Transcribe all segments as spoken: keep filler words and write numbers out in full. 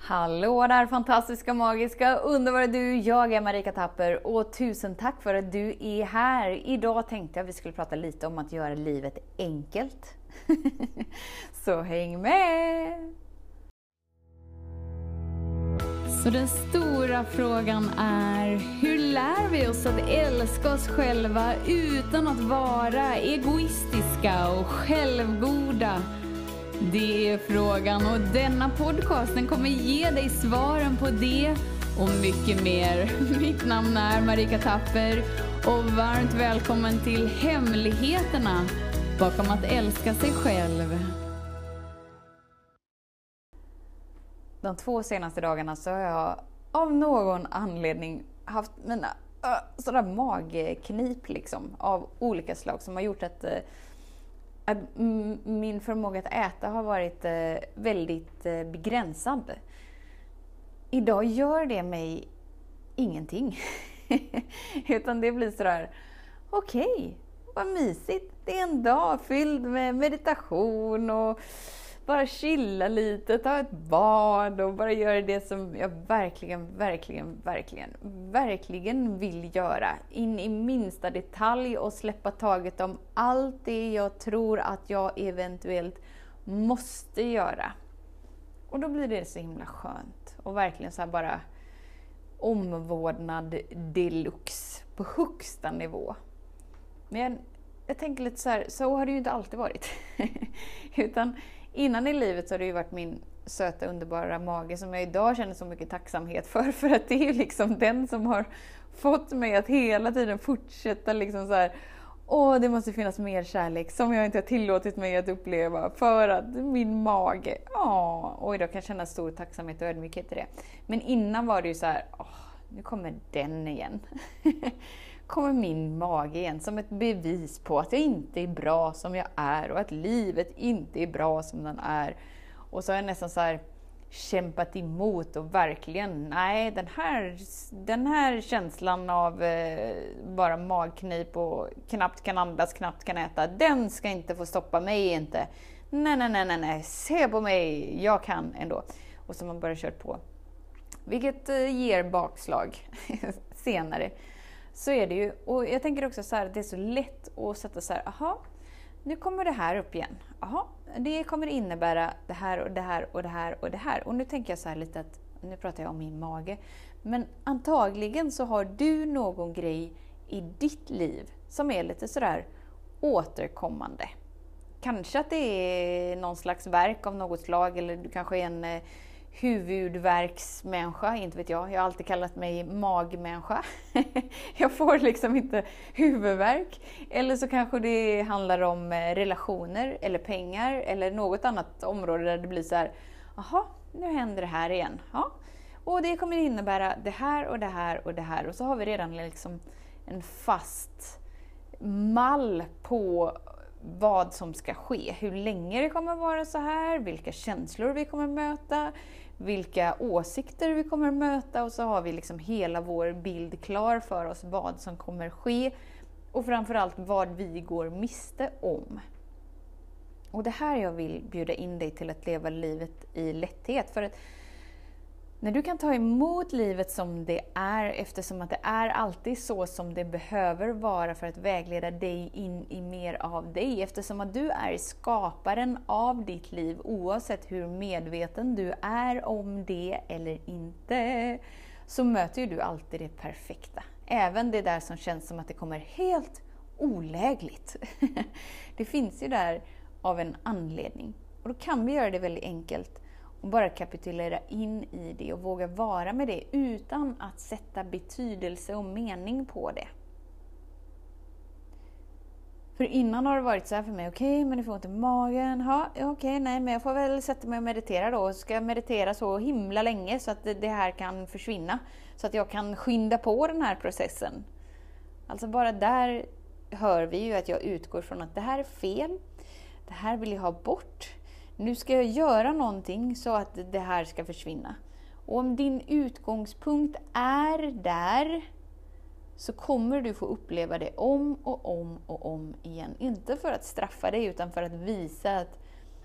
Hallå där fantastiska, magiska, underbara du, jag är Marika Tapper och tusen tack för att du är här. Idag tänkte jag att vi skulle prata lite om att göra livet enkelt. Så häng med! Så den stora frågan är, hur lär vi oss att älska oss själva utan att vara egoistiska och självgoda? Det är frågan och denna podcast den kommer ge dig svaren på det och mycket mer. Mitt namn är Marika Tapper och varmt välkommen till hemligheterna bakom att älska sig själv. De två senaste dagarna så har jag av någon anledning haft mina uh, sådär magknip liksom, av olika slag som har gjort att, uh, att m- min förmåga att äta har varit uh, väldigt uh, begränsad. Idag gör det mig ingenting. Utan det blir sådär, okej, okay, vad mysigt. Det är en dag fylld med meditation och bara chilla lite, ta ett bad och bara göra det som jag verkligen, verkligen, verkligen, verkligen vill göra. In i minsta detalj och släppa taget om allt det jag tror att jag eventuellt måste göra. Och då blir det så himla skönt. Och verkligen så här bara omvårdnad deluxe på högsta nivå. Men jag, jag tänker lite så här, så har det ju inte alltid varit. Utan innan i livet så har det ju varit min söta, underbara mage som jag idag känner så mycket tacksamhet för. För att det är ju liksom den som har fått mig att hela tiden fortsätta liksom så här. Åh, det måste finnas mer kärlek som jag inte har tillåtit mig att uppleva för att min mage, åh, och idag kan jag känna stor tacksamhet och ödmjukhet i det. Men innan var det ju så här, åh, nu kommer den igen. Kommer min mage igen som ett bevis på att jag inte är bra som jag är och att livet inte är bra som den är. Och så har jag nästan så här kämpat emot och verkligen, nej, den här, den här känslan av eh, bara magknip och knappt kan andas, knappt kan äta, den ska inte få stoppa mig inte. Nej, nej, nej, nej, nej, se på mig, jag kan ändå. Och så har man bara kört på. Vilket eh, ger bakslag senare. Så är det ju, och jag tänker också så här, det är så lätt att sätta så här, aha, nu kommer det här upp igen. Aha, det kommer innebära det här och det här och det här och det här. Och nu tänker jag så här lite att, nu pratar jag om min mage. Men antagligen så har du någon grej i ditt liv som är lite sådär återkommande. Kanske att det är någon slags verk av något slag, eller du kanske är en huvudvärksmänniska, inte vet jag. Jag har alltid kallat mig magmänniska. Jag får liksom inte huvudvärk. Eller så kanske det handlar om relationer eller pengar eller något annat område där det blir så här, aha, nu händer det här igen. Ja. Och det kommer innebära det här och det här och det här. Och så har vi redan liksom en fast mall på vad som ska ske, hur länge det kommer vara så här, vilka känslor vi kommer möta, vilka åsikter vi kommer möta, och så har vi liksom hela vår bild klar för oss vad som kommer ske och framförallt vad vi går miste om. Och det här jag vill bjuda in dig till att leva livet i lätthet, för att när du kan ta emot livet som det är, eftersom att det är alltid så som det behöver vara för att vägleda dig in i mer av dig. Eftersom att du är skaparen av ditt liv, oavsett hur medveten du är om det eller inte, så möter ju du alltid det perfekta. Även det där som känns som att det kommer helt olägligt. Det finns ju där av en anledning. Och då kan vi göra det väldigt enkelt. Och bara kapitulera in i det och våga vara med det utan att sätta betydelse och mening på det. För innan har det varit så här för mig, okej, okay, men det får ont i magen. Ja, okej, okay, nej, men jag får väl sätta mig och meditera då. Och ska meditera så himla länge så att det här kan försvinna. Så att jag kan skynda på den här processen. Alltså bara där hör vi ju att jag utgår från att det här är fel. Det här vill jag ha bort. Nu ska jag göra någonting så att det här ska försvinna. Och om din utgångspunkt är där, så kommer du få uppleva det om och om och om igen. Inte för att straffa dig, utan för att visa att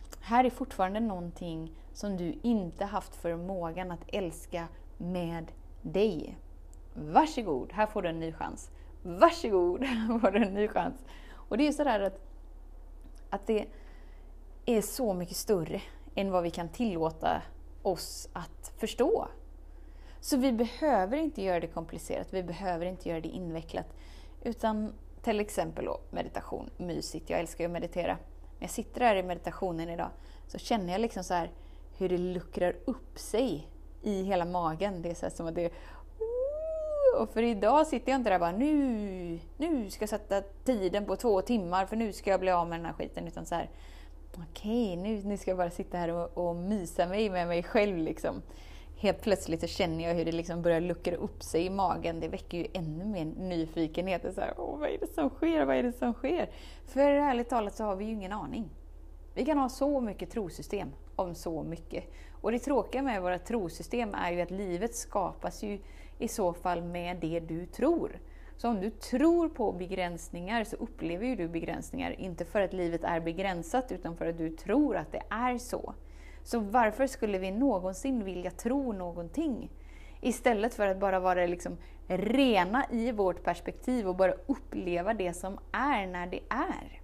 här är fortfarande någonting som du inte haft förmågan att älska med dig. Varsågod, här får du en ny chans. Varsågod, här får du en ny chans. Och det är sådär att, att det är så mycket större än vad vi kan tillåta oss att förstå. Så vi behöver inte göra det komplicerat, vi behöver inte göra det invecklat. Utan till exempel då, meditation, mysigt. Jag älskar att meditera. När jag sitter här i meditationen idag så känner jag liksom så här hur det luckrar upp sig i hela magen. Det är så här som att det är... Och för idag sitter jag inte där bara nu, nu ska jag sätta tiden på två timmar för nu ska jag bli av med den här skiten. Utan så här, okej, nu, nu ska jag bara sitta här och, och mysa mig med mig själv liksom. Helt plötsligt så känner jag hur det liksom börjar luckra upp sig i magen. Det väcker ju ännu mer nyfikenhet. Så här, åh, vad är det som sker? Vad är det som sker? För ärligt talat så har vi ju ingen aning. Vi kan ha så mycket trosystem om så mycket. Och det tråkiga med våra trosystem är ju att livet skapas ju i så fall med det du tror. Så om du tror på begränsningar så upplever ju du begränsningar. Inte för att livet är begränsat utan för att du tror att det är så. Så varför skulle vi någonsin vilja tro någonting? Istället för att bara vara liksom rena i vårt perspektiv och bara uppleva det som är när det är.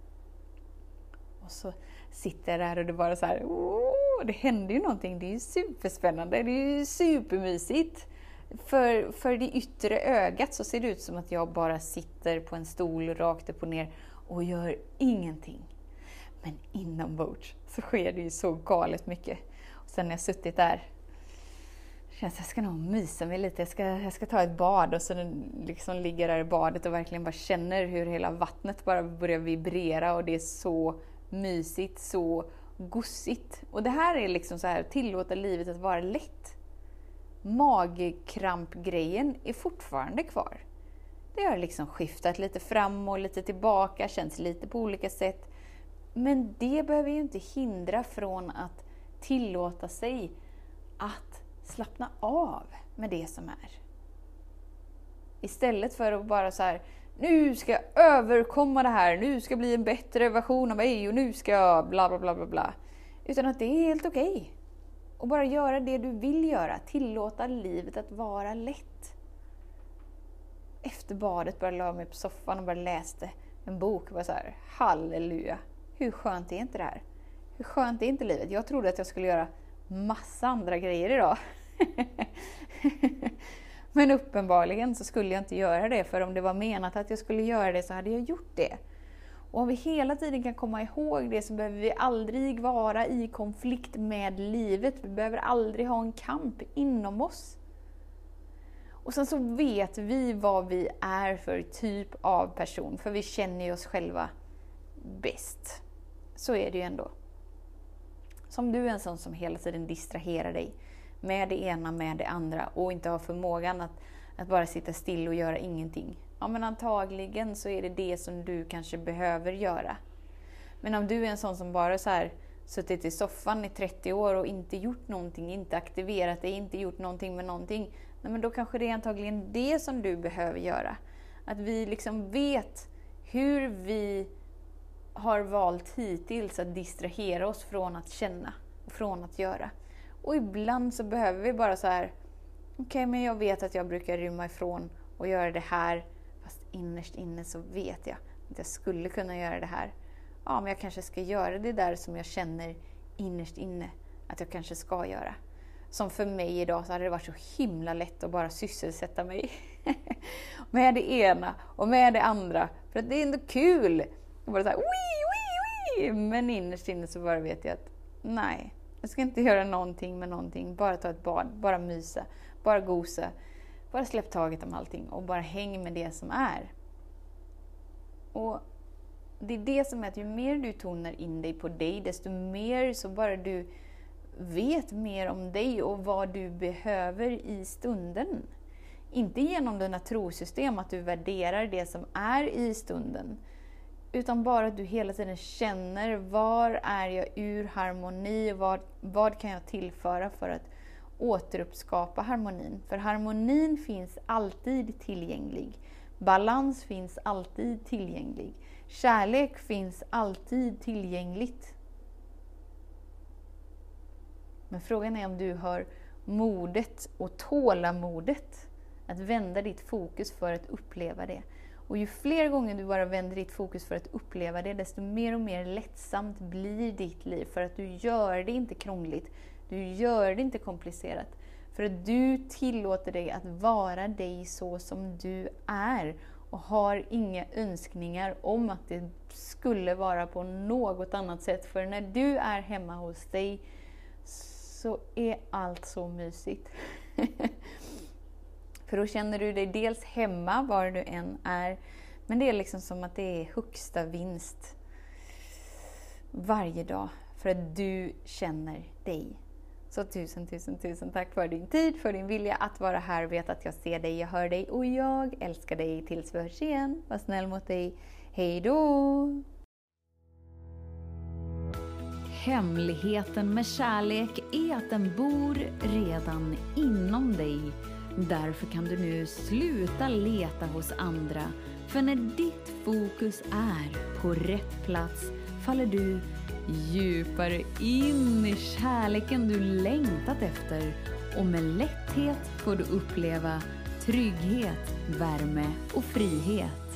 Och så sitter jag där och det bara så här, åh, det händer ju någonting. Det är ju superspännande, det är ju supermysigt. För, för det yttre ögat så ser det ut som att jag bara sitter på en stol rakt upp och ner och gör ingenting. Men inombords så sker det ju så galet mycket. Och sen när jag suttit där känns att jag ska nog mysa mig lite. Jag ska, jag ska ta ett bad och så liksom ligger där i badet och verkligen bara känner hur hela vattnet bara börjar vibrera. Och det är så mysigt, så gossigt. Och det här är liksom så här, tillåta livet att vara lätt. Magkrampgrejen är fortfarande kvar. Det har liksom skiftat lite fram och lite tillbaka, känns lite på olika sätt. Men det behöver ju inte hindra från att tillåta sig att slappna av med det som är. Istället för att bara så här, nu ska jag överkomma det här, nu ska jag bli en bättre version av mig och nu ska jag bla bla bla bla bla. Utan att det är helt okej. Okay. Och bara göra det du vill göra, tillåta livet att vara lätt. Efter badet bara la mig på soffan och bara läste en bok och bara så här, halleluja. Hur skönt är inte det här? Hur skönt är inte livet? Jag trodde att jag skulle göra massa andra grejer idag. Men uppenbarligen så skulle jag inte göra det. För om det var menat att jag skulle göra det så hade jag gjort det. Och om vi hela tiden kan komma ihåg det så behöver vi aldrig vara i konflikt med livet. Vi behöver aldrig ha en kamp inom oss. Och sen så vet vi vad vi är för typ av person. För vi känner oss själva bäst. Så är det ju ändå. Som du är en sån som hela tiden distraherar dig med det ena, med det andra och inte har förmågan att, att bara sitta still och göra ingenting. Ja, men antagligen så är det det som du kanske behöver göra. Men om du är en sån som bara så här suttit i soffan i trettio år och inte gjort någonting, inte aktiverat dig, inte gjort någonting med någonting. Nej, men då kanske det är antagligen det som du behöver göra. Att vi liksom vet hur vi har valt hittills att distrahera oss från att känna och från att göra. Och ibland så behöver vi bara så här, okej, okay, men jag vet att jag brukar rymma ifrån och göra det här, fast innerst inne så vet jag att jag skulle kunna göra det här. Ja, men jag kanske ska göra det där som jag känner innerst inne att jag kanske ska göra. Som för mig idag så hade det varit så himla lätt att bara sysselsätta mig med det ena och med det andra. För att det är ändå kul. Och bara så här, wii, wii, wii. Men innerst inne så bara vet jag att nej, jag ska inte göra någonting med någonting. Bara ta ett bad, bara mysa, bara gosa. Bara släpp taget om allting och bara häng med det som är. Och det är det som är att ju mer du tonar in dig på dig, desto mer så bara du vet mer om dig och vad du behöver i stunden. Inte genom dina trosystem att du värderar det som är i stunden. Utan bara att du hela tiden känner, var är jag ur harmoni? Vad, vad kan jag tillföra för att återuppskapa harmonin? För harmonin finns alltid tillgänglig. Balans finns alltid tillgänglig. Kärlek finns alltid tillgängligt. Men frågan är om du har modet och tålamodet att vända ditt fokus för att uppleva det. Och ju fler gånger du bara vänder ditt fokus för att uppleva det, desto mer och mer lättsamt blir ditt liv. För att du gör det inte krångligt, du gör det inte komplicerat. För att du tillåter dig att vara dig så som du är. Och har inga önskningar om att det skulle vara på något annat sätt. För när du är hemma hos dig så är allt så mysigt. För då känner du dig dels hemma var du än är. Men det är liksom som att det är högsta vinst varje dag. För att du känner dig. Så tusen, tusen, tusen tack för din tid, för din vilja att vara här. Vet att jag ser dig, jag hör dig och jag älskar dig. Tills vi hörs igen. Var snäll mot dig. Hej då! Hemligheten med kärlek är att den bor redan inom dig. Därför kan du nu sluta leta hos andra. För när ditt fokus är på rätt plats faller du djupare in i kärleken du längtat efter. Och med lätthet får du uppleva trygghet, värme och frihet.